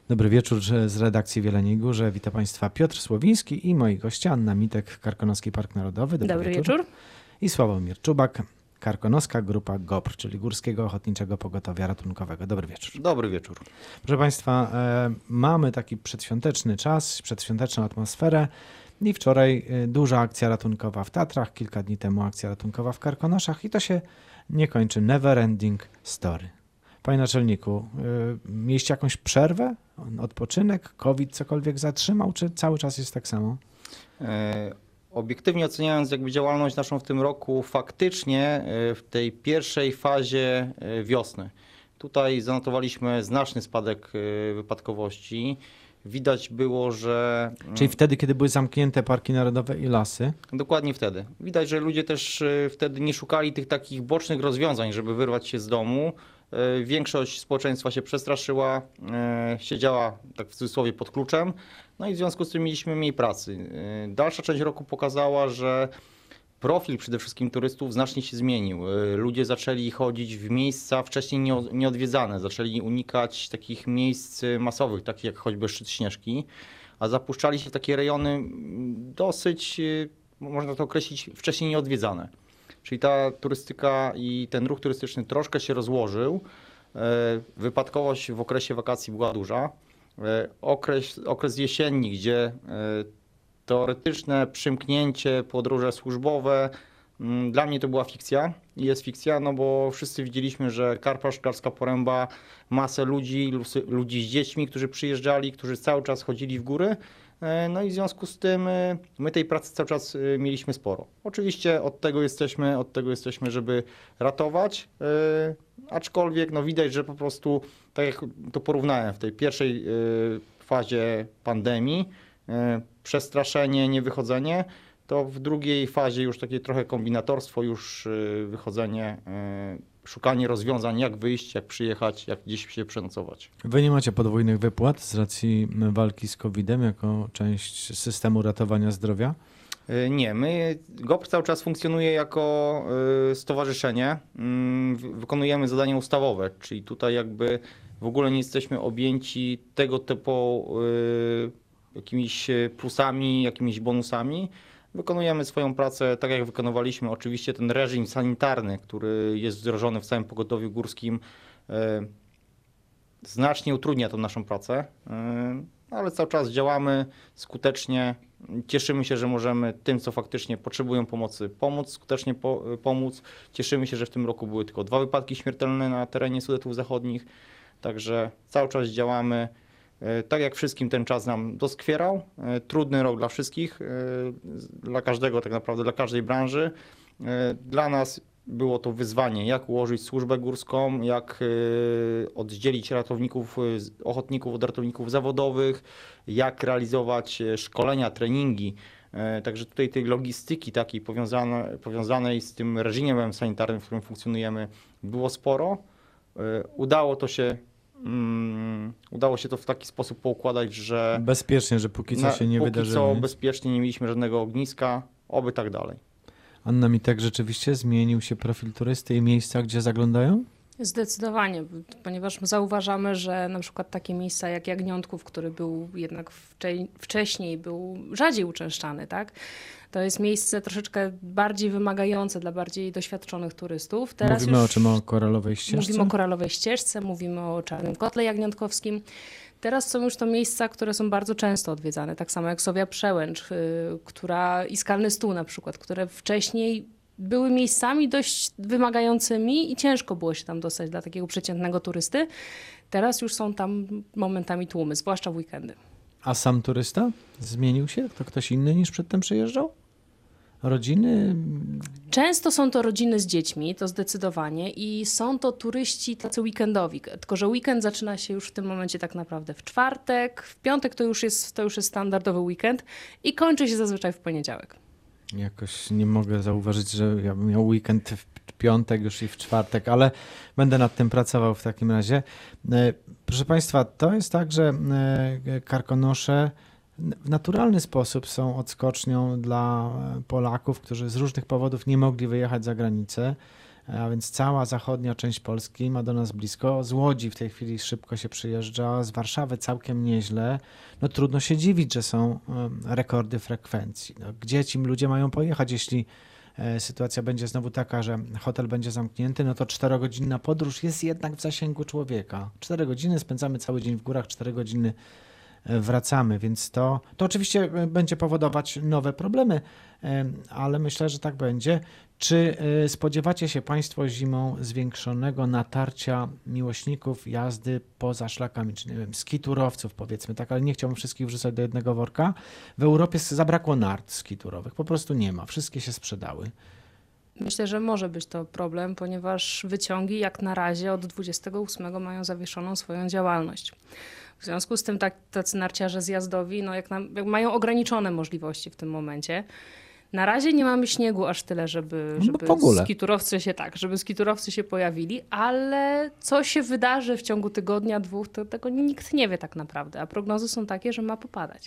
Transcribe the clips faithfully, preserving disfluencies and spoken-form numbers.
Dobry wieczór z redakcji w Jeleniej Górze. Witam Państwa Piotr Słowiński i moi goście Anna Mitek, Karkonoski Park Narodowy. Dobry, Dobry wieczór. wieczór. I Sławomir Czubak, Karkonoska Grupa G O P R, czyli Górskiego Ochotniczego Pogotowia Ratunkowego. Dobry wieczór. Dobry wieczór. Proszę Państwa, e, mamy taki przedświąteczny czas, przedświąteczną atmosferę i wczoraj e, duża akcja ratunkowa w Tatrach, kilka dni temu akcja ratunkowa w Karkonoszach i to się nie kończy. Never ending story. Panie naczelniku, y, mieliście jakąś przerwę, odpoczynek, COVID cokolwiek zatrzymał, czy cały czas jest tak samo? E, obiektywnie oceniając jakby działalność naszą w tym roku, faktycznie w tej pierwszej fazie wiosny. Tutaj zanotowaliśmy znaczny spadek wypadkowości. Widać było, że... Czyli wtedy, kiedy były zamknięte parki narodowe i lasy? Dokładnie wtedy. Widać, że ludzie też wtedy nie szukali tych takich bocznych rozwiązań, żeby wyrwać się z domu. Większość społeczeństwa się przestraszyła, siedziała tak w cudzysłowie pod kluczem, no i w związku z tym mieliśmy mniej pracy. Dalsza część roku pokazała, że profil przede wszystkim turystów znacznie się zmienił. Ludzie zaczęli chodzić w miejsca wcześniej nieodwiedzane, zaczęli unikać takich miejsc masowych, takich jak choćby Szczyt Śnieżki, a zapuszczali się w takie rejony dosyć, można to określić, wcześniej nieodwiedzane. Czyli ta turystyka i ten ruch turystyczny troszkę się rozłożył. Wypadkowość w okresie wakacji była duża. Okres, okres jesienni, gdzie teoretyczne przymknięcie, podróże służbowe, dla mnie to była fikcja i jest fikcja, no bo wszyscy widzieliśmy, że Karpacz, Szklarska Poręba, masę ludzi, ludzi z dziećmi, którzy przyjeżdżali, którzy cały czas chodzili w góry. No i w związku z tym my tej pracy cały czas mieliśmy sporo. Oczywiście od tego jesteśmy, od tego jesteśmy, żeby ratować, aczkolwiek no widać, że po prostu, tak jak to porównałem w tej pierwszej fazie pandemii, przestraszenie, niewychodzenie, to w drugiej fazie już takie trochę kombinatorstwo, już wychodzenie, szukanie rozwiązań, jak wyjść, jak przyjechać, jak gdzieś się przenocować. Wy nie macie podwójnych wypłat z racji walki z kowidem jako część systemu ratowania zdrowia? Nie, my, G O P R cały czas funkcjonuje jako stowarzyszenie, wykonujemy zadania ustawowe, czyli tutaj jakby w ogóle nie jesteśmy objęci tego typu jakimiś plusami, jakimiś bonusami. Wykonujemy swoją pracę tak, jak wykonywaliśmy. Oczywiście ten reżim sanitarny, który jest wdrożony w całym pogotowiu górskim, znacznie utrudnia tą naszą pracę, ale cały czas działamy skutecznie. Cieszymy się, że możemy tym, co faktycznie potrzebują pomocy, pomóc, skutecznie po, pomóc. Cieszymy się, że w tym roku były tylko dwa wypadki śmiertelne na terenie Sudetów Zachodnich, także cały czas działamy. Tak jak wszystkim ten czas nam doskwierał, trudny rok dla wszystkich, dla każdego tak naprawdę, dla każdej branży. Dla nas było to wyzwanie, jak ułożyć służbę górską, jak oddzielić ratowników, ochotników od ratowników zawodowych, jak realizować szkolenia, treningi. Także tutaj tej logistyki takiej powiązane, powiązanej z tym reżimem sanitarnym, w którym funkcjonujemy, było sporo. Udało to się Um, udało się to w taki sposób poukładać, że... Bezpiecznie, że póki co na, się nie póki wydarzyło. Póki co bezpiecznie, nie mieliśmy żadnego ogniska, oby tak dalej. Anna Mitek, rzeczywiście zmienił się profil turysty i miejsca, gdzie zaglądają? Zdecydowanie, ponieważ zauważamy, że na przykład takie miejsca jak Jagniątków, który był jednak wcze- wcześniej był rzadziej uczęszczany, tak? To jest miejsce troszeczkę bardziej wymagające dla bardziej doświadczonych turystów. Teraz mówimy już o czym? O Koralowej Ścieżce? Mówimy o Koralowej Ścieżce, mówimy o Czarnym Kotle Jagniątkowskim. Teraz są już to miejsca, które są bardzo często odwiedzane, tak samo jak Sowia Przełęcz, yy, która i Skalny Stół na przykład, które wcześniej były miejscami dość wymagającymi i ciężko było się tam dostać dla takiego przeciętnego turysty. Teraz już są tam momentami tłumy, zwłaszcza w weekendy. A sam turysta zmienił się? To ktoś inny niż przedtem przyjeżdżał? Rodziny? Często są to rodziny z dziećmi, to zdecydowanie, i są to turyści tacy weekendowi, tylko że weekend zaczyna się już w tym momencie tak naprawdę w czwartek, w piątek to już jest, to już jest standardowy weekend i kończy się zazwyczaj w poniedziałek. Jakoś nie mogę zauważyć, że ja bym miał weekend w piątek już i w czwartek, ale będę nad tym pracował w takim razie. Proszę Państwa, to jest tak, że Karkonosze w naturalny sposób są odskocznią dla Polaków, którzy z różnych powodów nie mogli wyjechać za granicę. a więc cała zachodnia część Polski ma do nas blisko. Z Łodzi w tej chwili szybko się przyjeżdża, z Warszawy całkiem nieźle. No trudno się dziwić, że są em, rekordy frekwencji. No, gdzie ci ludzie mają pojechać, jeśli e, sytuacja będzie znowu taka, że hotel będzie zamknięty, no to czterogodzinna podróż jest jednak w zasięgu człowieka. Cztery godziny, spędzamy cały dzień w górach, cztery godziny e, wracamy, więc to, to oczywiście e, będzie powodować nowe problemy, e, ale myślę, że tak będzie. Czy e, spodziewacie się Państwo zimą zwiększonego natarcia miłośników jazdy poza szlakami, czy nie wiem, skiturowców powiedzmy, tak, ale nie chciałbym wszystkich wrzucać do jednego worka. W Europie zabrakło nart skiturowych, po prostu nie ma, wszystkie się sprzedały. Myślę, że może być to problem, ponieważ wyciągi jak na razie od dwudziestego ósmego mają zawieszoną swoją działalność. W związku z tym tak, tacy narciarze zjazdowi no jak na, jak mają ograniczone możliwości w tym momencie. Na razie nie mamy śniegu aż tyle, żeby, No żeby w ogóle. skiturowcy się tak, żeby skiturowcy się pojawili, ale co się wydarzy w ciągu tygodnia, dwóch, to tego nikt nie wie tak naprawdę, a prognozy są takie, że ma popadać.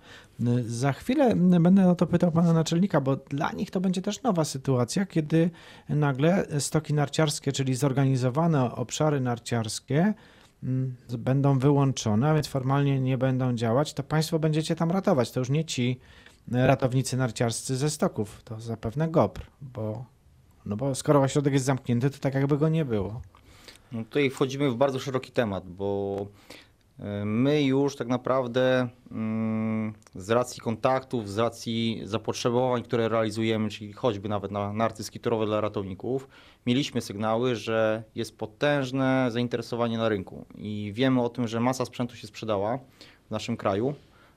Za chwilę będę o to pytał pana naczelnika, bo dla nich to będzie też nowa sytuacja, kiedy nagle stoki narciarskie, czyli zorganizowane obszary narciarskie mm, będą wyłączone, a więc formalnie nie będą działać, to państwo będziecie tam ratować. To już nie ci ratownicy narciarscy ze stoków, to zapewne GOPR, bo, no bo skoro ośrodek jest zamknięty, to tak jakby go nie było. No tutaj wchodzimy w bardzo szeroki temat, bo my już tak naprawdę mm, z racji kontaktów, z racji zapotrzebowań, które realizujemy, czyli choćby nawet na narty skiturowe dla ratowników, mieliśmy sygnały, że jest potężne zainteresowanie na rynku i wiemy o tym, że masa sprzętu się sprzedała w naszym kraju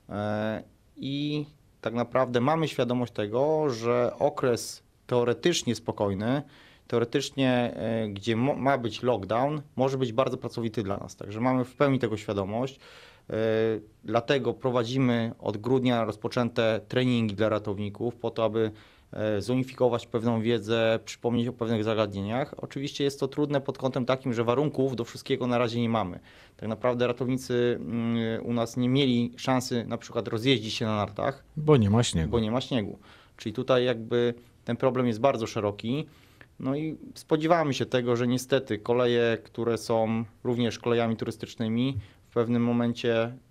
e, i tak naprawdę mamy świadomość tego, że okres teoretycznie spokojny, teoretycznie, e, gdzie mo- ma być lockdown, może być bardzo pracowity dla nas. Także mamy w pełni tego świadomość. E, Dlatego prowadzimy od grudnia rozpoczęte treningi dla ratowników po to, aby e, zunifikować pewną wiedzę, przypomnieć o pewnych zagadnieniach. Oczywiście jest to trudne pod kątem takim, że warunków do wszystkiego na razie nie mamy. Tak naprawdę ratownicy mm, u nas nie mieli szansy na przykład rozjeździć się na nartach, Bo nie ma śniegu. bo nie ma śniegu. Czyli tutaj jakby ten problem jest bardzo szeroki. No i spodziewamy się tego, że niestety koleje, które są również kolejami turystycznymi, w pewnym momencie y,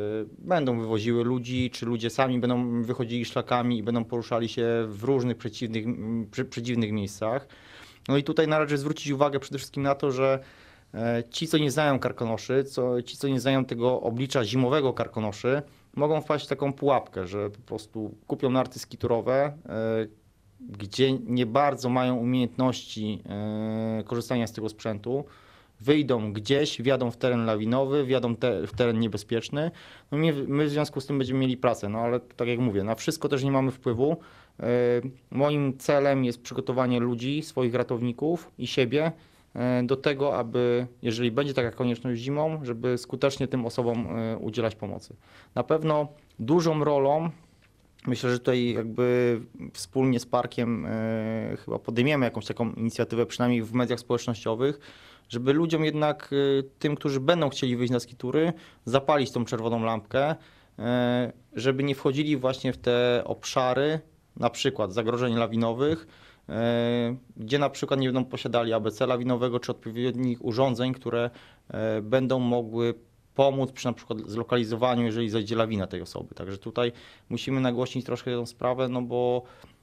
będą wywoziły ludzi, czy ludzie sami będą wychodzili szlakami i będą poruszali się w różnych przeciwnych, m, przy, przeciwnych miejscach. No i tutaj należy zwrócić uwagę przede wszystkim na to, że e, ci, co nie znają karkonoszy, co, ci, co nie znają tego oblicza zimowego karkonoszy, mogą wpaść w taką pułapkę, że po prostu kupią narty skiturowe, e, gdzie nie bardzo mają umiejętności e, korzystania z tego sprzętu, wyjdą gdzieś, wjadą w teren lawinowy, wjadą te, w teren niebezpieczny. No my, my w związku z tym będziemy mieli pracę, no ale tak jak mówię, na wszystko też nie mamy wpływu. E, moim celem jest przygotowanie ludzi, swoich ratowników i siebie e, do tego, aby, jeżeli będzie taka konieczność zimą, żeby skutecznie tym osobom e, udzielać pomocy. Na pewno dużą rolą, myślę, że tutaj jakby wspólnie z parkiem e, chyba podejmiemy jakąś taką inicjatywę, przynajmniej w mediach społecznościowych, żeby ludziom jednak, e, tym, którzy będą chcieli wyjść na skitury, zapalić tą czerwoną lampkę, e, żeby nie wchodzili właśnie w te obszary, na przykład zagrożeń lawinowych, e, gdzie na przykład nie będą posiadali A B C lawinowego czy odpowiednich urządzeń, które e, będą mogły pomóc przy na przykład zlokalizowaniu, jeżeli zajdzie lawina tej osoby. Także tutaj musimy nagłośnić troszkę tę sprawę, no bo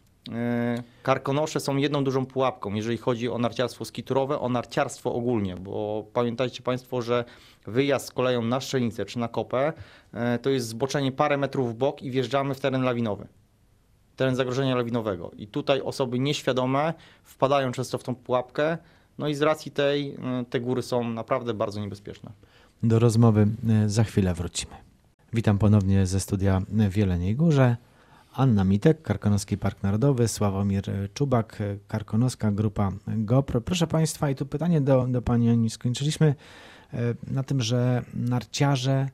e, karkonosze są jedną dużą pułapką, jeżeli chodzi o narciarstwo skiturowe, o narciarstwo ogólnie, bo pamiętajcie Państwo, że wyjazd z koleją na Strzelnicę czy na Kopę e, to jest zboczenie parę metrów w bok i wjeżdżamy w teren lawinowy. Teren zagrożenia lawinowego. I tutaj osoby nieświadome wpadają często w tą pułapkę, no i z racji tej te góry są naprawdę bardzo niebezpieczne. Do rozmowy e, za chwilę wrócimy. Witam ponownie ze studia w Jeleniej Górze. Anna Mitek, Karkonoski Park Narodowy, Sławomir Czubak, Karkonoska Grupa GOPR. Proszę Państwa, i tu pytanie do, do Pani Ani. Skończyliśmy e, na tym, że narciarze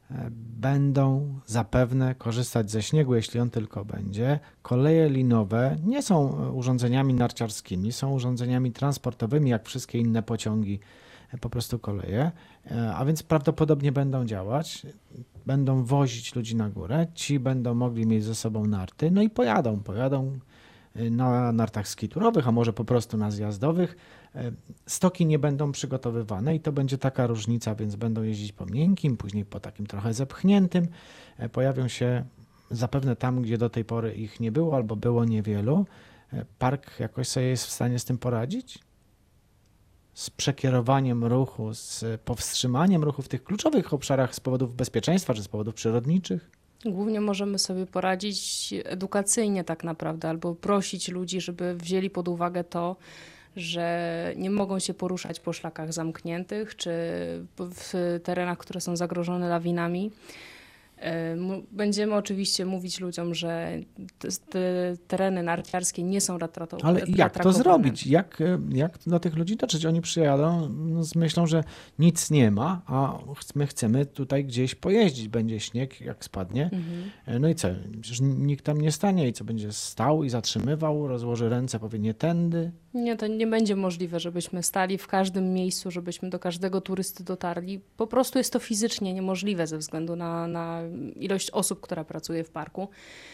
będą zapewne korzystać ze śniegu, jeśli on tylko będzie. Koleje linowe nie są urządzeniami narciarskimi, są urządzeniami transportowymi, jak wszystkie inne pociągi, po prostu koleje, a więc prawdopodobnie będą działać, będą wozić ludzi na górę, ci będą mogli mieć ze sobą narty, no i pojadą, pojadą na nartach skiturowych, a może po prostu na zjazdowych, stoki nie będą przygotowywane i to będzie taka różnica, więc będą jeździć po miękkim, później po takim trochę zepchniętym. Pojawią się zapewne tam, gdzie do tej pory ich nie było albo było niewielu. Park jakoś sobie jest w stanie z tym poradzić? Z przekierowaniem ruchu, z powstrzymaniem ruchu w tych kluczowych obszarach z powodów bezpieczeństwa czy z powodów przyrodniczych? Głównie możemy sobie poradzić edukacyjnie tak naprawdę, albo prosić ludzi, żeby wzięli pod uwagę to, że nie mogą się poruszać po szlakach zamkniętych czy w terenach, które są zagrożone lawinami. Będziemy oczywiście mówić ludziom, że te, te tereny narciarskie nie są ratratowane. Ale jak to zrobić? Jak, jak do tych ludzi dotrzeć? Oni przyjadą no, z myślą, że nic nie ma, a my chcemy tutaj gdzieś pojeździć. Będzie śnieg, jak spadnie. Mhm. No i co? Przecież nikt tam nie stanie i co? Będzie stał i zatrzymywał, rozłoży ręce, powie nie tędy? Nie, to nie będzie możliwe, żebyśmy stali w każdym miejscu, żebyśmy do każdego turysty dotarli. Po prostu jest to fizycznie niemożliwe ze względu na, na ilość osób, która pracuje w parku.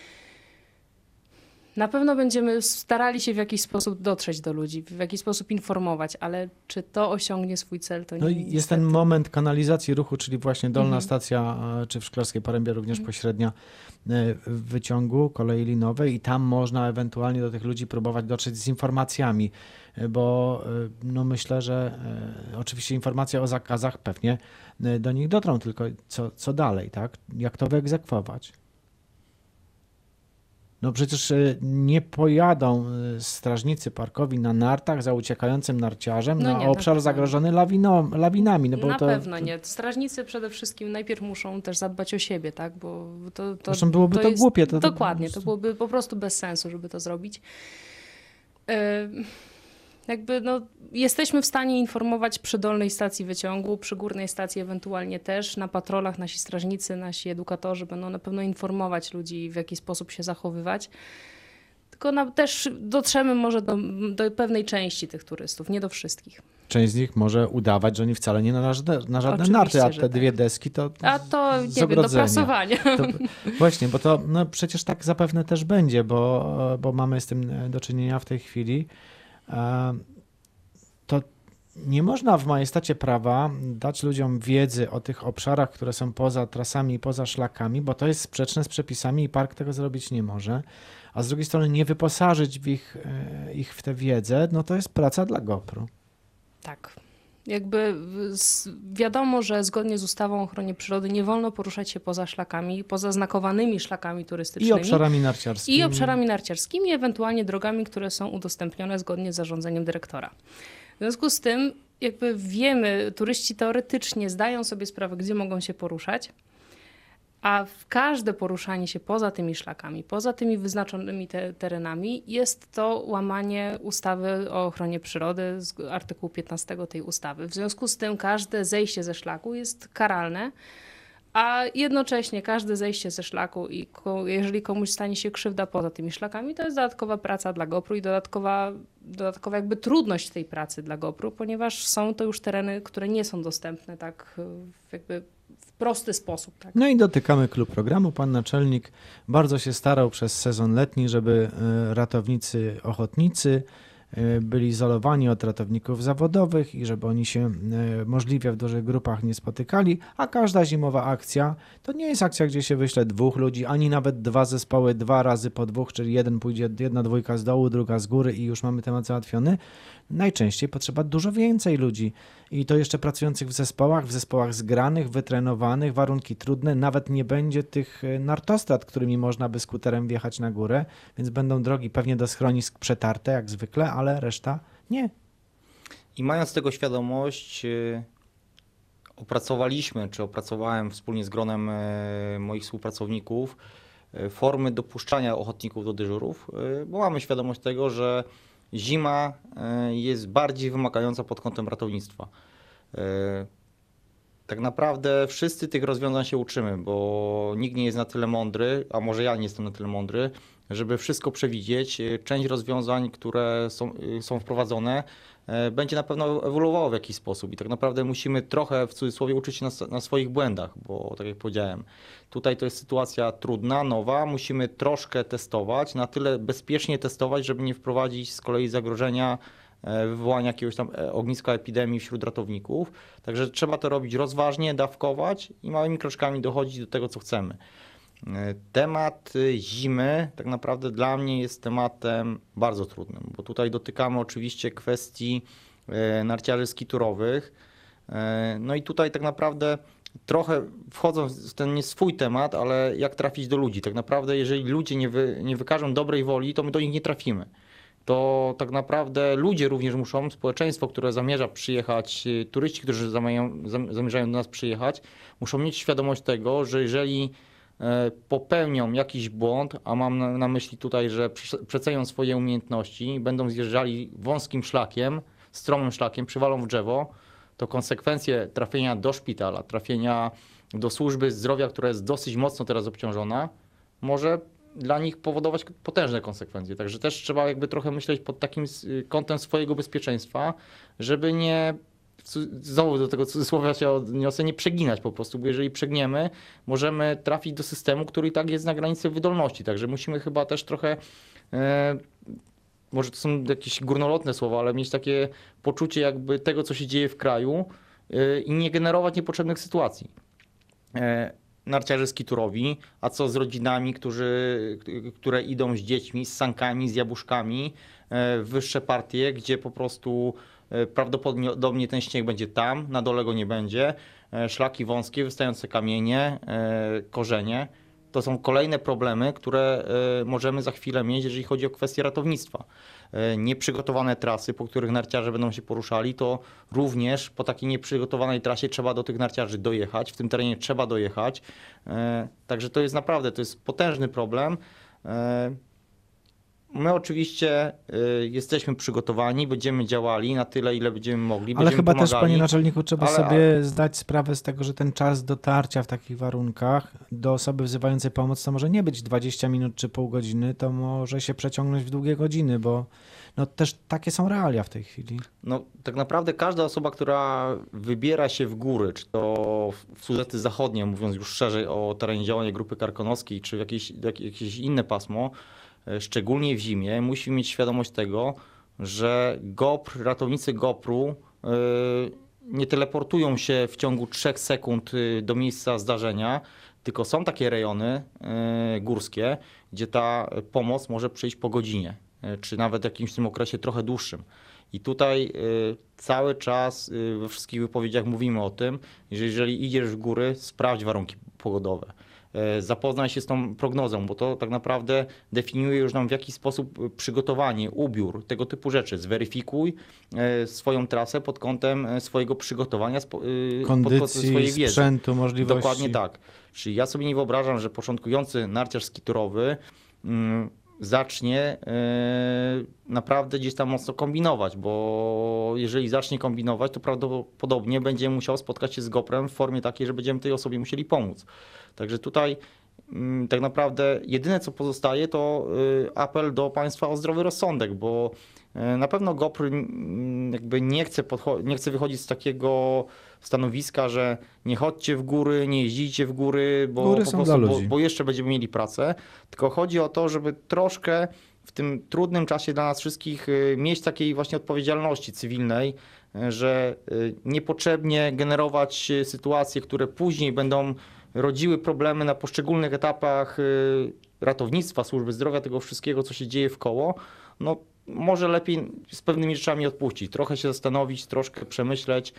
Na pewno będziemy starali się w jakiś sposób dotrzeć do ludzi, w jakiś sposób informować, ale czy to osiągnie swój cel, to nie. No i jest ten moment kanalizacji ruchu, czyli właśnie dolna Mhm. stacja, czy w Szklarskiej Porębie również Mhm. pośrednia w wyciągu kolei linowej i tam można ewentualnie do tych ludzi próbować dotrzeć z informacjami, bo no myślę, że e, oczywiście informacje o zakazach pewnie do nich dotrą, tylko co, co dalej, tak? Jak to wyegzekwować? No przecież nie pojadą strażnicy parkowi na nartach za uciekającym narciarzem No na nie, na obszar pewno zagrożony lawiną, lawinami. No bo na to, pewno nie. Strażnicy przede wszystkim najpierw muszą też zadbać o siebie, tak? Bo to, to, Zresztą byłoby to, jest, głupie. To, to dokładnie, po to prostu- byłoby po prostu bez sensu, żeby to zrobić. Yy, jakby no, jesteśmy w stanie informować przy dolnej stacji wyciągu, przy górnej stacji ewentualnie też. Na patrolach nasi strażnicy, nasi edukatorzy będą na pewno informować ludzi, w jaki sposób się zachowywać. Tylko na, też dotrzemy może do, do pewnej części tych turystów, nie do wszystkich. Część z nich może udawać, że oni wcale nie na żadne, na żadne Oczywiście, narty, a że te tak. dwie deski to A to, z nie wiem, do ogrodzenia. prasowania. To, właśnie, bo to no, przecież tak zapewne też będzie, bo, bo mamy z tym do czynienia w tej chwili. E, To nie można w majestacie prawa dać ludziom wiedzy o tych obszarach, które są poza trasami i poza szlakami, bo to jest sprzeczne z przepisami i park tego zrobić nie może. A z drugiej strony nie wyposażyć w ich, e, ich w tę wiedzę, no to jest praca dla GoPro. Tak. Jakby z- wiadomo, że zgodnie z ustawą o ochronie przyrody nie wolno poruszać się poza szlakami, poza znakowanymi szlakami I turystycznymi. obszarami narciarskimi. I obszarami narciarskimi, ewentualnie drogami, które są udostępnione zgodnie z zarządzeniem dyrektora. W związku z tym, jakby wiemy, turyści teoretycznie zdają sobie sprawę, gdzie mogą się poruszać, a w każde poruszanie się poza tymi szlakami, poza tymi wyznaczonymi te, terenami jest to łamanie ustawy o ochronie przyrody z artykułu piętnastego tej ustawy. W związku z tym każde zejście ze szlaku jest karalne, a jednocześnie każde zejście ze szlaku i ko- jeżeli komuś stanie się krzywda poza tymi szlakami, to jest dodatkowa praca dla GoPro i dodatkowa, dodatkowa jakby trudność tej pracy dla GoPro, ponieważ są to już tereny, które nie są dostępne tak y, jakby w prosty sposób. Tak? No i dotykamy klub programu. Pan naczelnik bardzo się starał przez sezon letni, żeby e, ratownicy ochotnicy e, byli izolowani od ratowników zawodowych i żeby oni się e, możliwie w dużych grupach nie spotykali, a każda zimowa akcja to nie jest akcja, gdzie się wyśle dwóch ludzi, ani nawet dwa zespoły, dwa razy po dwóch, czyli jeden pójdzie, jedna dwójka z dołu, druga z góry i już mamy temat załatwiony. Najczęściej potrzeba dużo więcej ludzi i to jeszcze pracujących w zespołach, w zespołach zgranych, wytrenowanych, warunki trudne, nawet nie będzie tych e, nartostrad, którymi można by skuterem wjechać na górę, więc będą drogi pewnie do schronisk przetarte jak zwykle, ale reszta nie. I mając tego świadomość, y, opracowaliśmy, czy opracowałem wspólnie z gronem y, moich współpracowników y, formy dopuszczania ochotników do dyżurów, y, bo mamy świadomość tego, że zima y, jest bardziej wymagająca pod kątem ratownictwa. Y, Tak naprawdę wszyscy tych rozwiązań się uczymy, bo nikt nie jest na tyle mądry, a może ja nie jestem na tyle mądry, żeby wszystko przewidzieć. Część rozwiązań, które są, są wprowadzone, e, będzie na pewno ewoluowało w jakiś sposób i tak naprawdę musimy trochę w cudzysłowie uczyć się na, na swoich błędach, bo tak jak powiedziałem, tutaj to jest sytuacja trudna, nowa, musimy troszkę testować, na tyle bezpiecznie testować, żeby nie wprowadzić z kolei zagrożenia e, wywołania jakiegoś tam e, ogniska epidemii wśród ratowników. Także trzeba to robić rozważnie, dawkować i małymi kroczkami dochodzić do tego, co chcemy. Temat zimy tak naprawdę dla mnie jest tematem bardzo trudnym, bo tutaj dotykamy oczywiście kwestii narciarzy skiturowych. No i tutaj tak naprawdę trochę wchodząc w ten nie swój temat, ale jak trafić do ludzi. Tak naprawdę jeżeli ludzie nie, wy, nie wykażą dobrej woli, to my do nich nie trafimy. To tak naprawdę ludzie również muszą, społeczeństwo, które zamierza przyjechać, turyści, którzy zamierzają, zamierzają do nas przyjechać, muszą mieć świadomość tego, że jeżeli popełnią jakiś błąd, a mam na, na myśli tutaj, że przecenią swoje umiejętności, będą zjeżdżali wąskim szlakiem, stromym szlakiem, przywalą w drzewo, to konsekwencje trafienia do szpitala, trafienia do służby zdrowia, która jest dosyć mocno teraz obciążona, może dla nich powodować potężne konsekwencje. Także też trzeba jakby trochę myśleć pod takim kątem swojego bezpieczeństwa, żeby nie, znowu do tego cudzysłowia się odniosę, nie przeginać po prostu, bo jeżeli przegniemy, możemy trafić do systemu, który i tak jest na granicy wydolności. Także musimy chyba też trochę, e, może to są jakieś górnolotne słowa, ale mieć takie poczucie jakby tego, co się dzieje w kraju e, i nie generować niepotrzebnych sytuacji. E, narciarze skiturowi, a co z rodzinami, którzy, które idą z dziećmi, z sankami, z jabłuszkami w wyższe partie, gdzie po prostu prawdopodobnie ten śnieg będzie tam, na dole go nie będzie, szlaki wąskie, wystające kamienie, korzenie. To są kolejne problemy, które możemy za chwilę mieć, jeżeli chodzi o kwestię ratownictwa. Nieprzygotowane trasy, po których narciarze będą się poruszali, to również po takiej nieprzygotowanej trasie trzeba do tych narciarzy dojechać, w tym terenie trzeba dojechać. Także to jest naprawdę, to jest potężny problem. My oczywiście y, jesteśmy przygotowani, będziemy działali na tyle, ile będziemy mogli. Ale będziemy chyba pomagali. też, panie naczelniku, trzeba ale, sobie ale... zdać sprawę z tego, że ten czas dotarcia w takich warunkach do osoby wzywającej pomoc to może nie być dwadzieścia minut czy pół godziny, to może się przeciągnąć w długie godziny, bo no też takie są realia w tej chwili. No tak naprawdę każda osoba, która wybiera się w góry, czy to w Sudety Zachodnie, mówiąc już szerzej o terenie działania Grupy Karkonoskiej, czy w jakieś, jakieś inne pasmo, szczególnie w zimie, musi mieć świadomość tego, że GOPR, ratownicy GOPR-u nie teleportują się w ciągu trzech sekund do miejsca zdarzenia, tylko są takie rejony górskie, gdzie ta pomoc może przyjść po godzinie, czy nawet w jakimś tym okresie trochę dłuższym. I tutaj cały czas we wszystkich wypowiedziach mówimy o tym, że jeżeli idziesz w góry, sprawdź warunki pogodowe. Zapoznaj się z tą prognozą, bo to tak naprawdę definiuje już nam w jaki sposób przygotowanie, ubiór, tego typu rzeczy. Zweryfikuj swoją trasę pod kątem swojego przygotowania, kondycji, pod kątem swojej wiedzy. Sprzętu, możliwości. Dokładnie tak. Czyli ja sobie nie wyobrażam, że początkujący narciarz skiturowy mm, zacznie yy, naprawdę gdzieś tam mocno kombinować, bo jeżeli zacznie kombinować, to prawdopodobnie będzie musiał spotkać się z GOPR-em w formie takiej, że będziemy tej osobie musieli pomóc. Także tutaj yy, tak naprawdę jedyne co pozostaje to yy, apel do państwa o zdrowy rozsądek, bo yy, na pewno GOPR yy, jakby nie chce, podcho- nie chce wychodzić z takiego stanowiska, że nie chodźcie w góry, nie jeździcie w góry, bo, góry po są prostu, dla bo, ludzi. bo jeszcze będziemy mieli pracę, tylko chodzi o to, żeby troszkę w tym trudnym czasie dla nas wszystkich mieć takiej właśnie odpowiedzialności cywilnej, że niepotrzebnie generować sytuacje, które później będą rodziły problemy na poszczególnych etapach ratownictwa, służby zdrowia, tego wszystkiego, co się dzieje wkoło. No, może lepiej z pewnymi rzeczami odpuścić, trochę się zastanowić, troszkę przemyśleć,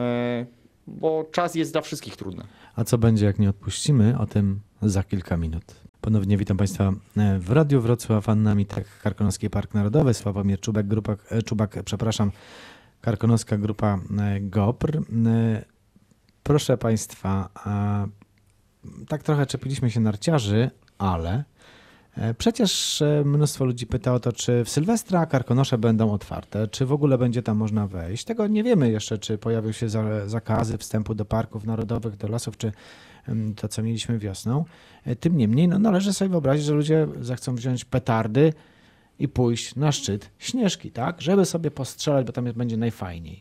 bo czas jest dla wszystkich trudny. A co będzie, jak nie odpuścimy? O tym za kilka minut. Ponownie witam Państwa w Radiu Wrocław, Anna Mitek, Karkonoski Park Narodowy, Sławomir Czubak, grupa, Czubak, przepraszam, Karkonoska Grupa GOPR. Proszę Państwa, tak trochę czepiliśmy się narciarzy, ale przecież mnóstwo ludzi pyta o to, czy w Sylwestra Karkonosze będą otwarte, czy w ogóle będzie tam można wejść. Tego nie wiemy jeszcze, czy pojawią się zakazy wstępu do parków narodowych, do lasów, czy to, co mieliśmy wiosną. Tym niemniej no, należy sobie wyobrazić, że ludzie zechcą wziąć petardy i pójść na szczyt Śnieżki, tak? Żeby sobie postrzelać, bo tam jest, będzie najfajniej.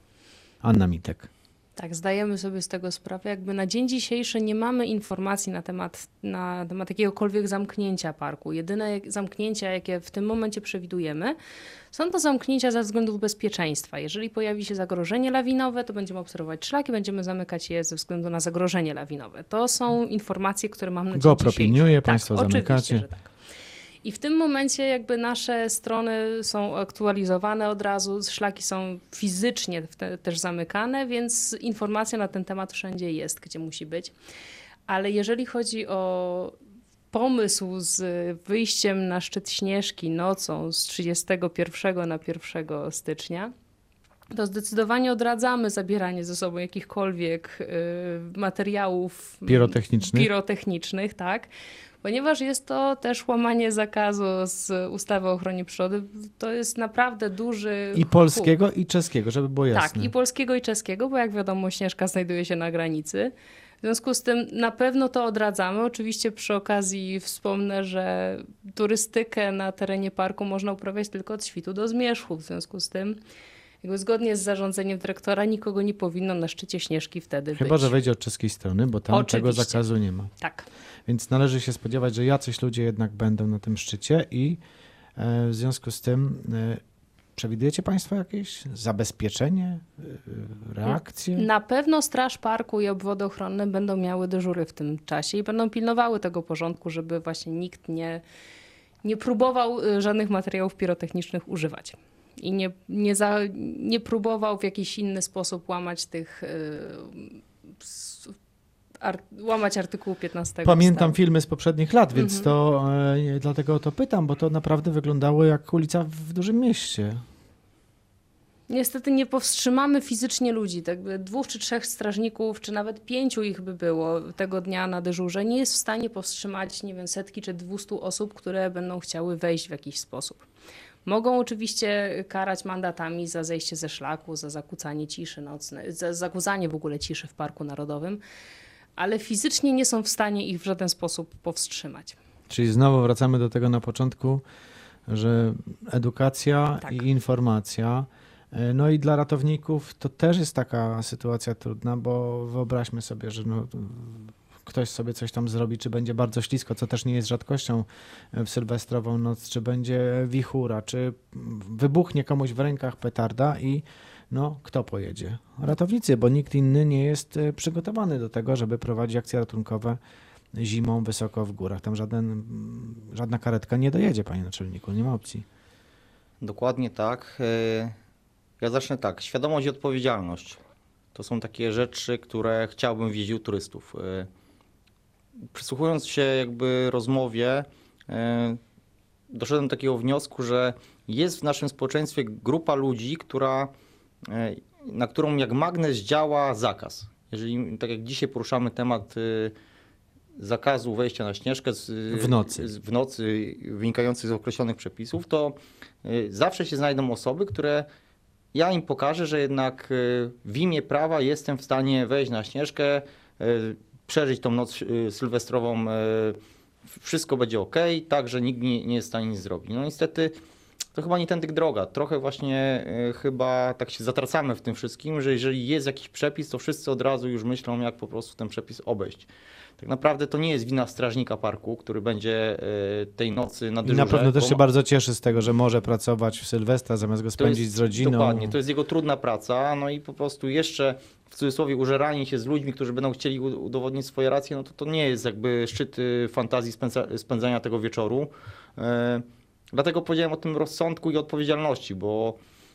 Anna Mitek. Tak, zdajemy sobie z tego sprawę. Jakby na dzień dzisiejszy nie mamy informacji na temat, na temat jakiegokolwiek zamknięcia parku. Jedyne jak- zamknięcia, jakie w tym momencie przewidujemy, są to zamknięcia ze względów bezpieczeństwa. Jeżeli pojawi się zagrożenie lawinowe, to będziemy obserwować szlaki, będziemy zamykać je ze względu na zagrożenie lawinowe. To są informacje, które mam na dzień GoPro dzisiejszy. pilnuje, Tak, państwo oczywiście, zamykacie. że tak. I w tym momencie jakby nasze strony są aktualizowane od razu, szlaki są fizycznie te, też zamykane, więc informacja na ten temat wszędzie jest, gdzie musi być. Ale jeżeli chodzi o pomysł z wyjściem na szczyt Śnieżki nocą z trzydziestego pierwszego na pierwszego stycznia, to zdecydowanie odradzamy zabieranie ze sobą jakichkolwiek y, materiałów Pirotechnicznych. pirotechnicznych, tak? Ponieważ jest to też łamanie zakazu z ustawy o ochronie przyrody. To jest naprawdę duży... I polskiego, i czeskiego, żeby było jasne. Tak, i polskiego, i czeskiego, bo jak wiadomo, Śnieżka znajduje się na granicy. W związku z tym na pewno to odradzamy. Oczywiście przy okazji wspomnę, że turystykę na terenie parku można uprawiać tylko od świtu do zmierzchu. W związku z tym jakby zgodnie z zarządzeniem dyrektora nikogo nie powinno na szczycie Śnieżki wtedy Chyba, być. że wejdzie od czeskiej strony, bo tam tego Oczywiście. zakazu nie ma. Tak. Więc należy się spodziewać, że jacyś ludzie jednak będą na tym szczycie i e, w związku z tym e, przewidujecie Państwo jakieś zabezpieczenie, e, reakcje? Na pewno Straż Parku i obwody ochronne będą miały dyżury w tym czasie i będą pilnowały tego porządku, żeby właśnie nikt nie, nie próbował y, żadnych materiałów pirotechnicznych używać. I nie, nie, za, nie próbował w jakiś inny sposób łamać tych... y, s- Ar- łamać artykułu piętnastego. Pamiętam ustawy. filmy z poprzednich lat, więc Mhm. to e, dlatego o to pytam, bo to naprawdę wyglądało jak ulica w dużym mieście. Niestety nie powstrzymamy fizycznie ludzi. Tak by dwóch czy trzech strażników, czy nawet pięciu ich by było tego dnia na dyżurze, nie jest w stanie powstrzymać, nie wiem, setki czy dwustu osób, które będą chciały wejść w jakiś sposób. Mogą oczywiście karać mandatami za zejście ze szlaku, za zakłócanie ciszy nocnej, za zakłócanie w ogóle ciszy w Parku Narodowym, ale fizycznie nie są w stanie ich w żaden sposób powstrzymać. Czyli znowu wracamy do tego na początku, że edukacja Tak. i informacja. E, No i dla ratowników to też jest taka sytuacja trudna, bo wyobraźmy sobie, że no, ktoś sobie coś tam zrobi, czy będzie bardzo ślisko, co też nie jest rzadkością w sylwestrową noc, czy będzie wichura, czy wybuchnie komuś w rękach petarda i no, kto pojedzie? Ratownicy, bo nikt inny nie jest e, przygotowany do tego, żeby prowadzić akcje ratunkowe zimą wysoko w górach. Tam żaden, żadna karetka nie dojedzie, panie naczelniku, nie ma opcji. Dokładnie tak. E, Ja zacznę tak. Świadomość i odpowiedzialność to są takie rzeczy, które chciałbym widzieć u turystów. E, Przysłuchując się jakby rozmowie, e, doszedłem do takiego wniosku, że jest w naszym społeczeństwie grupa ludzi, która, e, na którą jak magnes działa zakaz. Jeżeli, tak jak dzisiaj poruszamy temat e, zakazu wejścia na Śnieżkę z, W nocy. z, w nocy wynikający z określonych przepisów, to y, zawsze się znajdą osoby, które ja im pokażę, że jednak y, w imię prawa jestem w stanie wejść na Śnieżkę, y, przeżyć tą noc y, sylwestrową, y, wszystko będzie ok, tak, że nikt nie, nie jest w stanie nic zrobić. No niestety to chyba nie tędy droga. Trochę właśnie y, chyba tak się zatracamy w tym wszystkim, że jeżeli jest jakiś przepis, to wszyscy od razu już myślą, jak po prostu ten przepis obejść. Tak naprawdę to nie jest wina strażnika parku, który będzie y, tej nocy na I dyżurze. na pewno też bo się ma- bardzo cieszy z tego, że może pracować w Sylwestra, zamiast go to spędzić jest- z rodziną. Dokładnie, to jest jego trudna praca, no i po prostu jeszcze w cudzysłowie użeranie się z ludźmi, którzy będą chcieli u- udowodnić swoje racje, no to to nie jest jakby szczyt y, fantazji spędza, spędzania tego wieczoru. E, Dlatego powiedziałem o tym rozsądku i odpowiedzialności, bo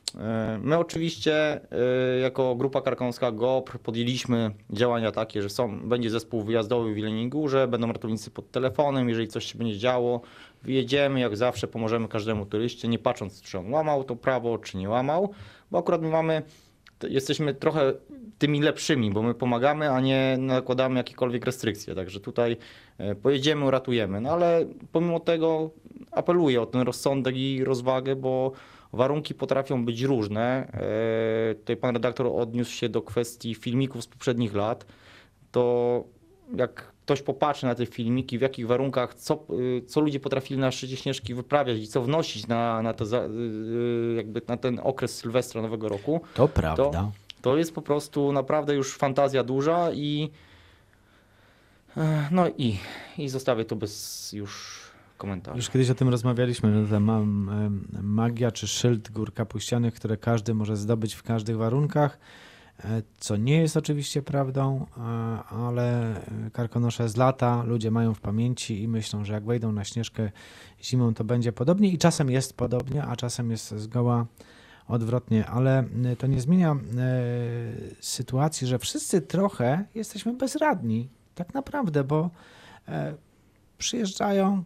e, my oczywiście e, jako grupa karkonoska GOPR podjęliśmy działania takie, że są, będzie zespół wyjazdowy w Jeleniej Górze, będą ratownicy pod telefonem, jeżeli coś się będzie działo, wyjedziemy, jak zawsze pomożemy każdemu turyście, nie patrząc, czy on łamał to prawo, czy nie łamał, bo akurat my mamy, to jesteśmy trochę tymi lepszymi, bo my pomagamy, a nie nakładamy jakiekolwiek restrykcje, także tutaj e, pojedziemy, uratujemy, no ale pomimo tego apeluję o ten rozsądek i rozwagę, bo warunki potrafią być różne. E, Tutaj pan redaktor odniósł się do kwestii filmików z poprzednich lat. To jak ktoś popatrzy na te filmiki, w jakich warunkach, co, y, co ludzie potrafili na szczycie Śnieżki wyprawiać i co wnosić na, na, to, za- y, jakby na ten okres Sylwestra Nowego Roku, To prawda. to jest po prostu naprawdę już fantazja duża i e, no i, i zostawię to bez już komentarzy. Już kiedyś o tym rozmawialiśmy, że ta ma, em, magia czy szyld gór kapuścianych, które każdy może zdobyć w każdych warunkach, e, co nie jest oczywiście prawdą, e, ale Karkonosze z lata ludzie mają w pamięci i myślą, że jak wejdą na Śnieżkę zimą, to będzie podobnie i czasem jest podobnie, a czasem jest zgoła odwrotnie, ale y, to nie zmienia e, sytuacji, że wszyscy trochę jesteśmy bezradni, tak naprawdę, bo e, przyjeżdżają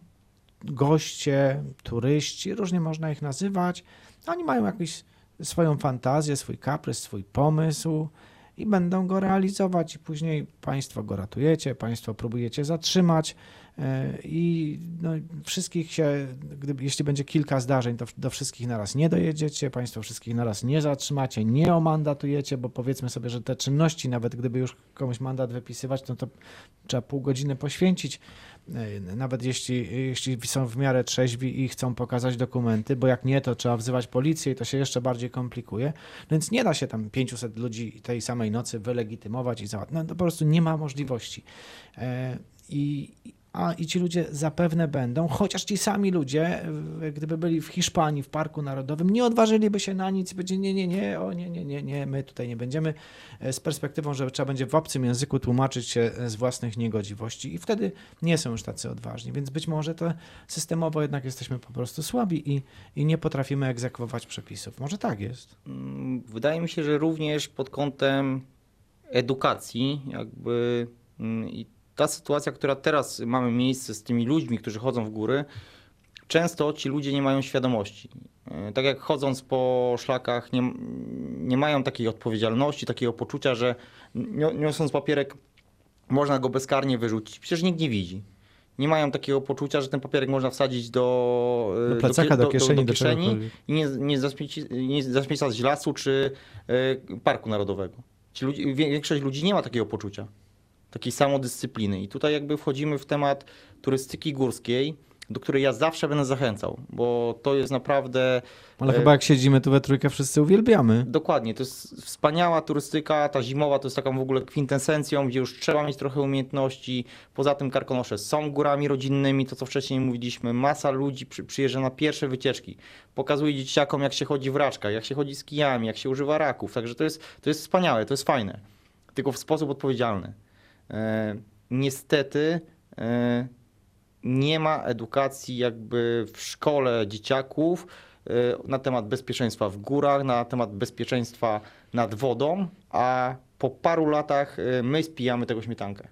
goście, turyści, różnie można ich nazywać. Oni mają jakąś swoją fantazję, swój kaprys, swój pomysł i będą go realizować i później państwo go ratujecie, państwo próbujecie zatrzymać e, i no, wszystkich się, gdyby, jeśli będzie kilka zdarzeń, to do wszystkich naraz nie dojedziecie, państwo wszystkich naraz nie zatrzymacie, nie omandatujecie, bo powiedzmy sobie, że te czynności, nawet gdyby już komuś mandat wypisywać, no to trzeba pół godziny poświęcić. Nawet jeśli, jeśli są w miarę trzeźwi i chcą pokazać dokumenty, bo jak nie, to trzeba wzywać policję i to się jeszcze bardziej komplikuje. Więc nie da się tam pięciuset ludzi tej samej nocy wylegitymować i załatwić. No to po prostu nie ma możliwości. E, I, a, I ci ludzie zapewne będą, chociaż ci sami ludzie, e, gdyby byli w Hiszpanii, w Parku Narodowym, nie odważyliby się na nic i będzie nie, nie, nie, o nie, nie, nie, nie, my tutaj nie będziemy, e, z perspektywą, że trzeba będzie w obcym języku tłumaczyć się z własnych niegodziwości i wtedy nie są już tacy odważni, więc być może to systemowo jednak jesteśmy po prostu słabi i, i nie potrafimy egzekwować przepisów. Może tak jest. Mm, Wydaje mi się, że również pod kątem edukacji jakby mm, i ta sytuacja, która teraz mamy miejsce z tymi ludźmi, którzy chodzą w góry, często ci ludzie nie mają świadomości. E, Tak jak chodząc po szlakach nie, nie mają takiej odpowiedzialności, takiego poczucia, że nio- niosąc papierek można go bezkarnie wyrzucić. Przecież nikt nie widzi. Nie mają takiego poczucia, że ten papierek można wsadzić do, Do e, plecaka, do kie- kieszeni, do kieszeni czegokolwiek. i nie, nie, zaśmieci, nie zaśmiecać lasu czy e, Parku Narodowego. Ci ludzie, wie- większość ludzi nie ma takiego poczucia, takiej samodyscypliny. I tutaj jakby wchodzimy w temat turystyki górskiej, do której ja zawsze będę zachęcał, bo to jest naprawdę Ale e, chyba jak siedzimy tu we trójkę, wszyscy uwielbiamy. dokładnie, to jest wspaniała turystyka, ta zimowa to jest taką w ogóle kwintesencją, gdzie już trzeba mieć trochę umiejętności. Poza tym Karkonosze są górami rodzinnymi, to co wcześniej mówiliśmy, masa ludzi przy, przyjeżdża na pierwsze wycieczki, pokazuje dzieciakom jak się chodzi w raczkach, jak się chodzi z kijami, jak się używa raków, także to jest, to jest wspaniałe, to jest fajne, tylko w sposób odpowiedzialny. E, niestety e, nie ma edukacji jakby w szkole dzieciaków e, na temat bezpieczeństwa w górach, na temat bezpieczeństwa nad wodą, a po paru latach e, my spijamy tego śmietankę.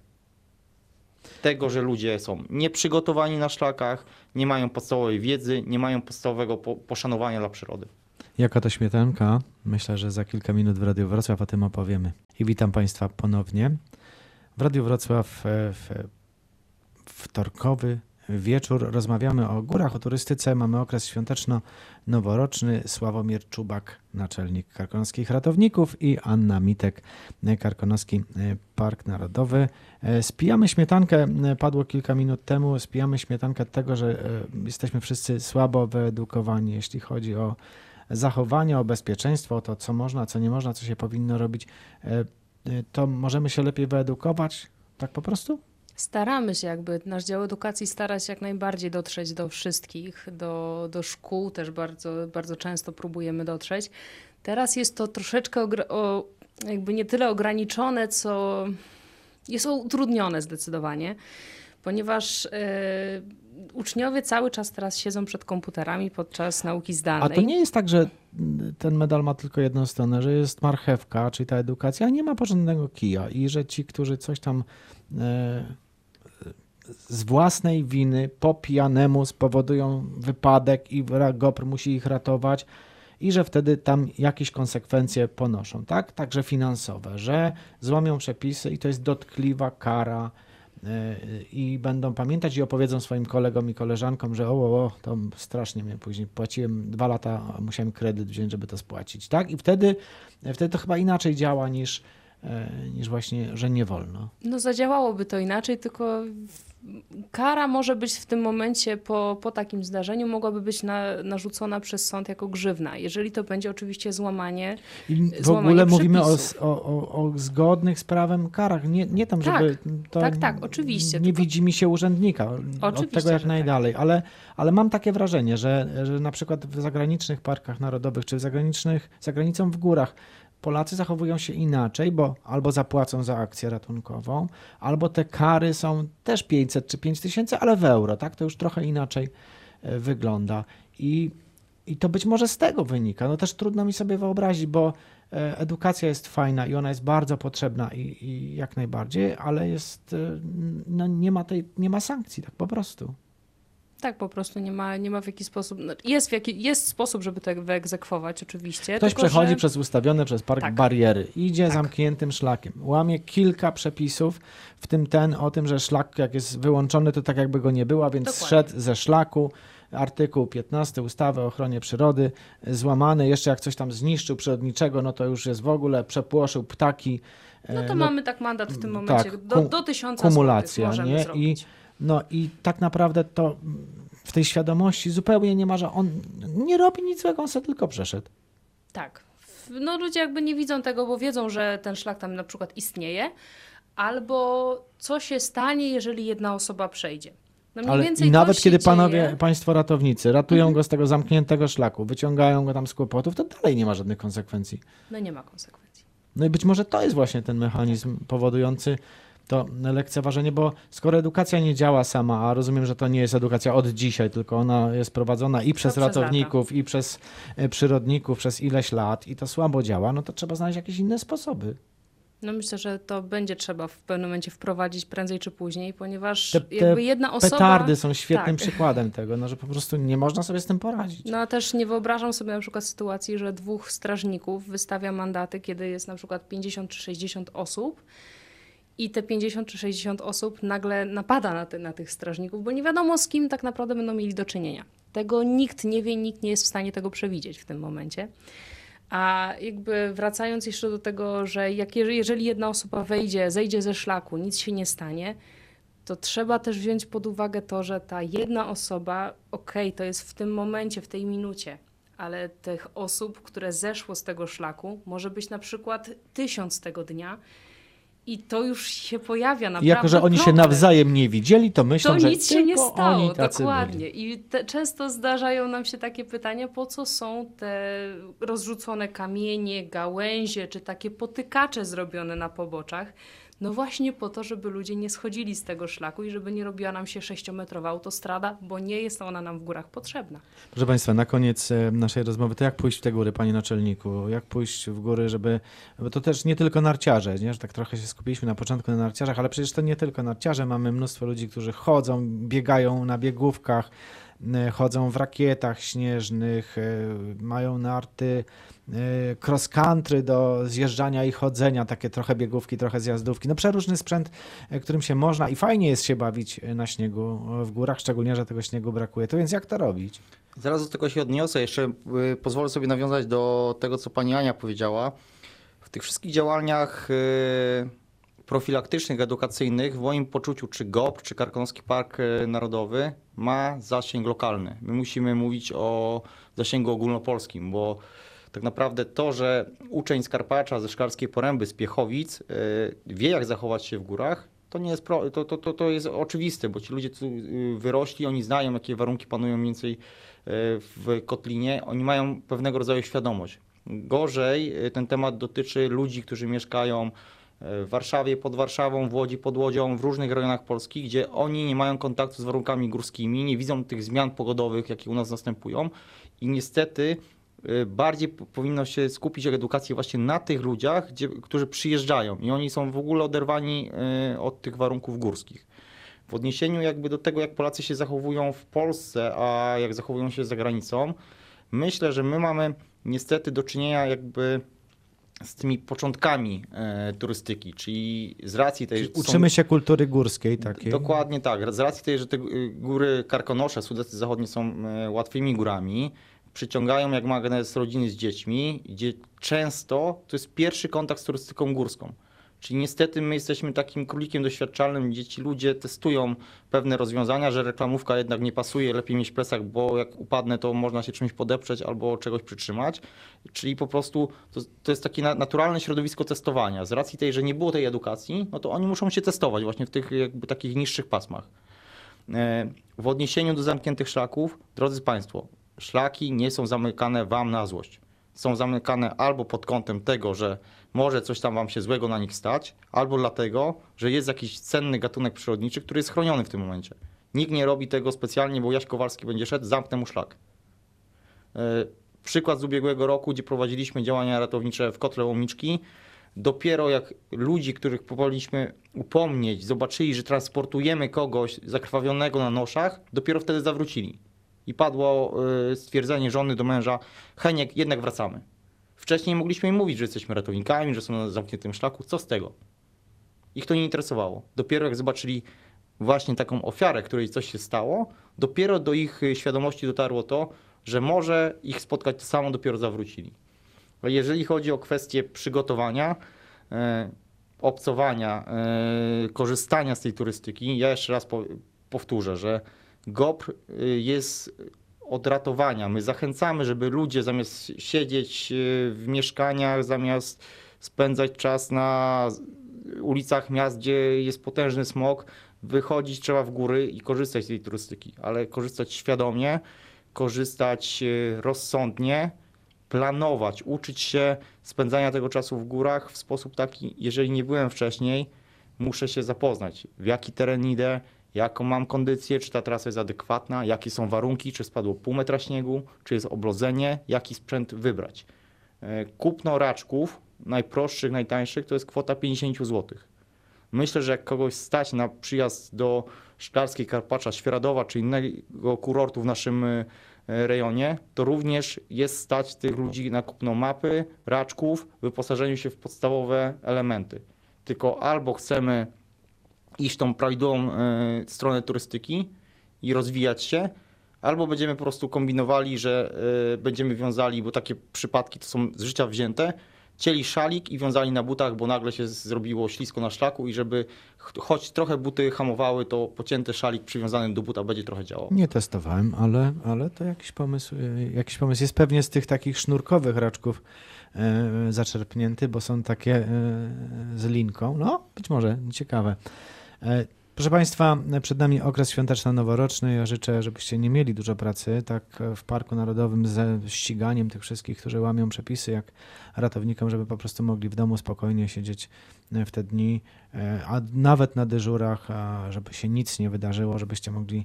Tego, że ludzie są nieprzygotowani na szlakach, nie mają podstawowej wiedzy, nie mają podstawowego po- poszanowania dla przyrody. Jaka to śmietanka? Myślę, że za kilka minut w Radiu Wrocław o tym opowiemy. I witam Państwa ponownie. W Radiu Wrocław e, w wtorkowy wieczór rozmawiamy o górach, o turystyce. Mamy okres świąteczno-noworoczny. Sławomir Czubak, naczelnik Karkonoskich Ratowników i Anna Mitek, Karkonoski Park Narodowy. E, Spijamy śmietankę, e, padło kilka minut temu, spijamy śmietankę tego, że e, jesteśmy wszyscy słabo wyedukowani, jeśli chodzi o zachowanie, o bezpieczeństwo, o to, co można, co nie można, co się powinno robić. E, e, To możemy się lepiej wyedukować, tak po prostu? Staramy się jakby, nasz dział edukacji stara się jak najbardziej dotrzeć do wszystkich, do, do szkół też bardzo, bardzo często próbujemy dotrzeć. Teraz jest to troszeczkę ogra- o, jakby nie tyle ograniczone, co jest utrudnione zdecydowanie, ponieważ e, uczniowie cały czas teraz siedzą przed komputerami podczas nauki A zdalnej. to nie jest tak, że ten medal ma tylko jedną stronę, że jest marchewka, czyli ta edukacja, a nie ma porządnego kija i że ci, którzy coś tam e, z własnej winy po pijanemu spowodują wypadek i ra- GoPr musi ich ratować i że wtedy tam jakieś konsekwencje ponoszą, tak? Także finansowe, że złamią przepisy i to jest dotkliwa kara e, i będą pamiętać i opowiedzą swoim kolegom i koleżankom, że o, o, o, to strasznie mnie później płaciłem dwa lata, a musiałem kredyt wziąć, żeby to spłacić, tak? I wtedy, wtedy to chyba inaczej działa niż e, niż właśnie, że nie wolno. No zadziałałoby to inaczej, tylko kara może być w tym momencie po, po takim zdarzeniu mogłaby być na, narzucona przez sąd jako grzywna. Jeżeli to będzie oczywiście złamanie I w złamanie ogóle mówimy o, przepisów. o, o, o zgodnych z prawem karach. Nie, nie tam, Tak, żeby... To tak, tak, oczywiście, Nie tylko- widzi mi się urzędnika. Od Oczywiście, tego jak że tak. najdalej. Ale, ale mam takie wrażenie, że, że na przykład w zagranicznych parkach narodowych, czy w zagranicznych, za granicą w górach, Polacy zachowują się inaczej, bo albo zapłacą za akcję ratunkową, albo te kary są też pięćset czy pięć tysięcy, ale w euro, tak? To już trochę inaczej e, wygląda. I, I to być może z tego wynika. No też trudno mi sobie wyobrazić, bo e, edukacja jest fajna i ona jest bardzo potrzebna i, i jak najbardziej, ale jest, e, no nie ma tej, nie ma sankcji, tak po prostu. Tak, po prostu nie ma, nie ma w jaki sposób. No, jest, w jaki, jest sposób, żeby to wyegzekwować, oczywiście. Ktoś tylko, przechodzi że... przez ustawione przez park Tak. bariery, idzie Tak. zamkniętym szlakiem, łamie kilka przepisów, w tym ten o tym, że szlak jak jest wyłączony, to tak jakby go nie było, a więc Dokładnie. zszedł ze szlaku. Artykuł piętnasty ustawy o ochronie przyrody, złamany, jeszcze jak coś tam zniszczył przyrodniczego, no to już jest w ogóle, przepłoszył ptaki. No to e, mamy tak mandat w tym momencie. tak, do, kum- do tysiąca kumulacja, złotych możemy nie? zrobić. I, no i tak naprawdę to w tej świadomości zupełnie nie ma, że on nie robi nic złego, on sobie tylko przeszedł. Tak. No ludzie jakby nie widzą tego, bo wiedzą, że ten szlak tam na przykład istnieje, albo co się stanie, jeżeli jedna osoba przejdzie. No mniej Ale więcej i to nawet się kiedy dzieje. panowie, państwo ratownicy ratują Mhm. go z tego zamkniętego szlaku, wyciągają go tam z kłopotów, to dalej nie ma żadnych konsekwencji. No nie ma konsekwencji. No i być może to jest właśnie ten mechanizm powodujący to lekceważenie, bo skoro edukacja nie działa sama, a rozumiem, że to nie jest edukacja od dzisiaj, tylko ona jest prowadzona i przez przez ratowników, i przez e, przyrodników przez ileś lat i to słabo działa, no to trzeba znaleźć jakieś inne sposoby. No myślę, że to będzie trzeba w pewnym momencie wprowadzić prędzej czy później, ponieważ Te, te jakby jedna osoba... petardy są świetnym tak. przykładem tego, no, że po prostu nie można sobie z tym poradzić. No a też nie wyobrażam sobie na przykład sytuacji, że dwóch strażników wystawia mandaty, kiedy jest na przykład pięćdziesiąt czy sześćdziesiąt osób i te pięćdziesiąt czy sześćdziesiąt osób nagle napada na, te, na tych strażników, bo nie wiadomo z kim tak naprawdę będą mieli do czynienia. Tego nikt nie wie, nikt nie jest w stanie tego przewidzieć w tym momencie. A jakby wracając jeszcze do tego, że jak, jeżeli jedna osoba wejdzie, zejdzie ze szlaku, nic się nie stanie, to trzeba też wziąć pod uwagę to, że ta jedna osoba, okej, to jest w tym momencie, w tej minucie, ale tych osób, które zeszło z tego szlaku, może być na przykład tysiąc tego dnia i to już się pojawia I naprawdę jako, że oni się problem. nawzajem nie widzieli, to myślą, To że nic się tylko nie stało, oni tacy dokładnie. byli. I te, często zdarzają nam się takie pytania, po co są te rozrzucone kamienie, gałęzie, czy takie potykacze zrobione na poboczach. No właśnie po to, żeby ludzie nie schodzili z tego szlaku i żeby nie robiła nam się sześciometrowa autostrada, bo nie jest ona nam w górach potrzebna. Proszę Państwa, na koniec e, naszej rozmowy, to jak pójść w te góry, Panie Naczelniku? Jak pójść w góry, żeby... Bo to też nie tylko narciarze, nie? Że tak trochę się skupiliśmy na początku na narciarzach, ale przecież to nie tylko narciarze. Mamy mnóstwo ludzi, którzy chodzą, biegają na biegówkach, e, chodzą w rakietach śnieżnych, e, mają narty, e, cross country do zjeżdżania i chodzenia, takie trochę biegówki, trochę zjazdówki. No przeróżny sprzęt, e, którym się można i fajnie jest się bawić e, na śniegu e, w górach, szczególnie, że tego śniegu brakuje. To więc jak to robić? Zaraz do tego się odniosę. Jeszcze y, pozwolę sobie nawiązać do tego, co pani Ania powiedziała. W tych wszystkich działaniach y, profilaktycznych, edukacyjnych, w moim poczuciu, czy G O P, czy Karkonoski Park y, Narodowy ma zasięg lokalny. My musimy mówić o zasięgu ogólnopolskim, bo tak naprawdę to, że uczeń z Karpacza, ze Szklarskiej Poręby, z Piechowic y, wie, jak zachować się w górach, to nie jest, pro, to, to, to, to jest oczywiste, bo ci ludzie tu y, wyrośli, oni znają, jakie warunki panują mniej więcej y, w Kotlinie, oni mają pewnego rodzaju świadomość. Gorzej y, ten temat dotyczy ludzi, którzy mieszkają w Warszawie, pod Warszawą, w Łodzi, pod Łodzią, w różnych rejonach Polski, gdzie oni nie mają kontaktu z warunkami górskimi, nie widzą tych zmian pogodowych, jakie u nas następują i niestety y, bardziej p- powinno się skupić edukacja właśnie na tych ludziach, gdzie, którzy przyjeżdżają i oni są w ogóle oderwani y, od tych warunków górskich. W odniesieniu jakby do tego, jak Polacy się zachowują w Polsce, a jak zachowują się za granicą, myślę, że my mamy niestety do czynienia jakby z tymi początkami e, turystyki, czyli z racji tej, Czyli że są- uczymy się kultury górskiej takiej. Dokładnie tak. Z racji tej, że te y, góry Karkonosze, Sudety Zachodnie są y, łatwymi górami, przyciągają jak magnes rodziny z dziećmi, gdzie często to jest pierwszy kontakt z turystyką górską. Czyli niestety my jesteśmy takim królikiem doświadczalnym, gdzie ci ludzie testują pewne rozwiązania, że reklamówka jednak nie pasuje, lepiej mieć plecak, bo jak upadnę, to można się czymś podeprzeć albo czegoś przytrzymać. Czyli po prostu to, to jest takie naturalne środowisko testowania. Z racji tej, że nie było tej edukacji, no to oni muszą się testować właśnie w tych jakby takich niższych pasmach. W odniesieniu do zamkniętych szlaków, drodzy Państwo, szlaki nie są zamykane Wam na złość. Są zamykane albo pod kątem tego, że może coś tam Wam się złego na nich stać, albo dlatego, że jest jakiś cenny gatunek przyrodniczy, który jest chroniony w tym momencie. Nikt nie robi tego specjalnie, bo Jaś Kowalski będzie szedł, zamknę mu szlak. Przykład z ubiegłego roku, gdzie prowadziliśmy działania ratownicze w kotle Łomiczki. Dopiero jak ludzi, których powinniśmy upomnieć, zobaczyli, że transportujemy kogoś zakrwawionego na noszach, dopiero wtedy zawrócili. I padło stwierdzenie żony do męża: Heniek, jednak wracamy. Wcześniej mogliśmy im mówić, że jesteśmy ratownikami, że są na zamkniętym szlaku. Co z tego? Ich to nie interesowało. Dopiero jak zobaczyli właśnie taką ofiarę, której coś się stało, dopiero do ich świadomości dotarło to, że może ich spotkać to samo, dopiero zawrócili. Jeżeli chodzi o kwestię przygotowania, e, obcowania, e, korzystania z tej turystyki, ja jeszcze raz po, powtórzę, że GOPR jest od ratowania. My zachęcamy, żeby ludzie zamiast siedzieć w mieszkaniach, zamiast spędzać czas na ulicach miast, gdzie jest potężny smog, wychodzić trzeba w góry i korzystać z tej turystyki, ale korzystać świadomie, korzystać rozsądnie, planować, uczyć się spędzania tego czasu w górach w sposób taki: jeżeli nie byłem wcześniej, muszę się zapoznać, w jaki teren idę, jaką mam kondycję, czy ta trasa jest adekwatna, jakie są warunki, czy spadło pół metra śniegu, czy jest oblodzenie, jaki sprzęt wybrać. Kupno raczków, najprostszych, najtańszych, to jest kwota pięćdziesiąt złotych. Myślę, że jak kogoś stać na przyjazd do Szklarskiej Karpacza, Świeradowa czy innego kurortu w naszym rejonie, to również jest stać tych ludzi na kupno mapy, raczków, wyposażeniu się w podstawowe elementy. Tylko albo chcemy iść tą prawidłową y, stronę turystyki i rozwijać się, albo będziemy po prostu kombinowali, że y, będziemy wiązali, bo takie przypadki to są z życia wzięte, cięli szalik i wiązali na butach, bo nagle się zrobiło ślisko na szlaku i żeby choć trochę buty hamowały, to pocięty szalik przywiązany do buta będzie trochę działał. Nie testowałem, ale, ale to jakiś pomysł, jakiś pomysł jest pewnie z tych takich sznurkowych raczków e, zaczerpnięty, bo są takie e, z linką. No, być może, ciekawe. E, Proszę Państwa, przed nami okres świąteczno-noworoczny. Ja życzę, żebyście nie mieli dużo pracy, tak w Parku Narodowym ze ściganiem tych wszystkich, którzy łamią przepisy, jak ratownikom, żeby po prostu mogli w domu spokojnie siedzieć w te dni, a nawet na dyżurach, a żeby się nic nie wydarzyło, żebyście mogli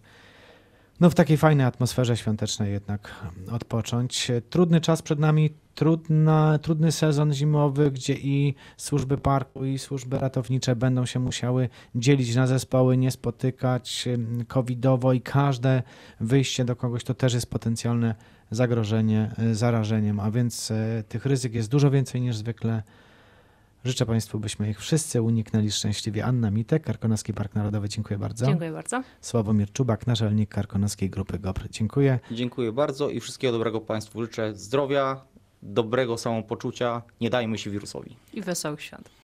no, w takiej fajnej atmosferze świątecznej jednak odpocząć. Trudny czas przed nami, trudna, trudny sezon zimowy, gdzie i służby parku, i służby ratownicze będą się musiały dzielić na zespoły, nie spotykać covidowo i każde wyjście do kogoś to też jest potencjalne zagrożenie zarażeniem, a więc tych ryzyk jest dużo więcej niż zwykle. Życzę Państwu, byśmy ich wszyscy uniknęli szczęśliwie. Anna Mitek, Karkonoski Park Narodowy, dziękuję bardzo. Dziękuję bardzo. Sławomir Czubak, naczelnik Karkonoskiej Grupy GOPR, dziękuję. Dziękuję bardzo i wszystkiego dobrego Państwu życzę. Zdrowia, dobrego samopoczucia, nie dajmy się wirusowi. I wesołych świąt.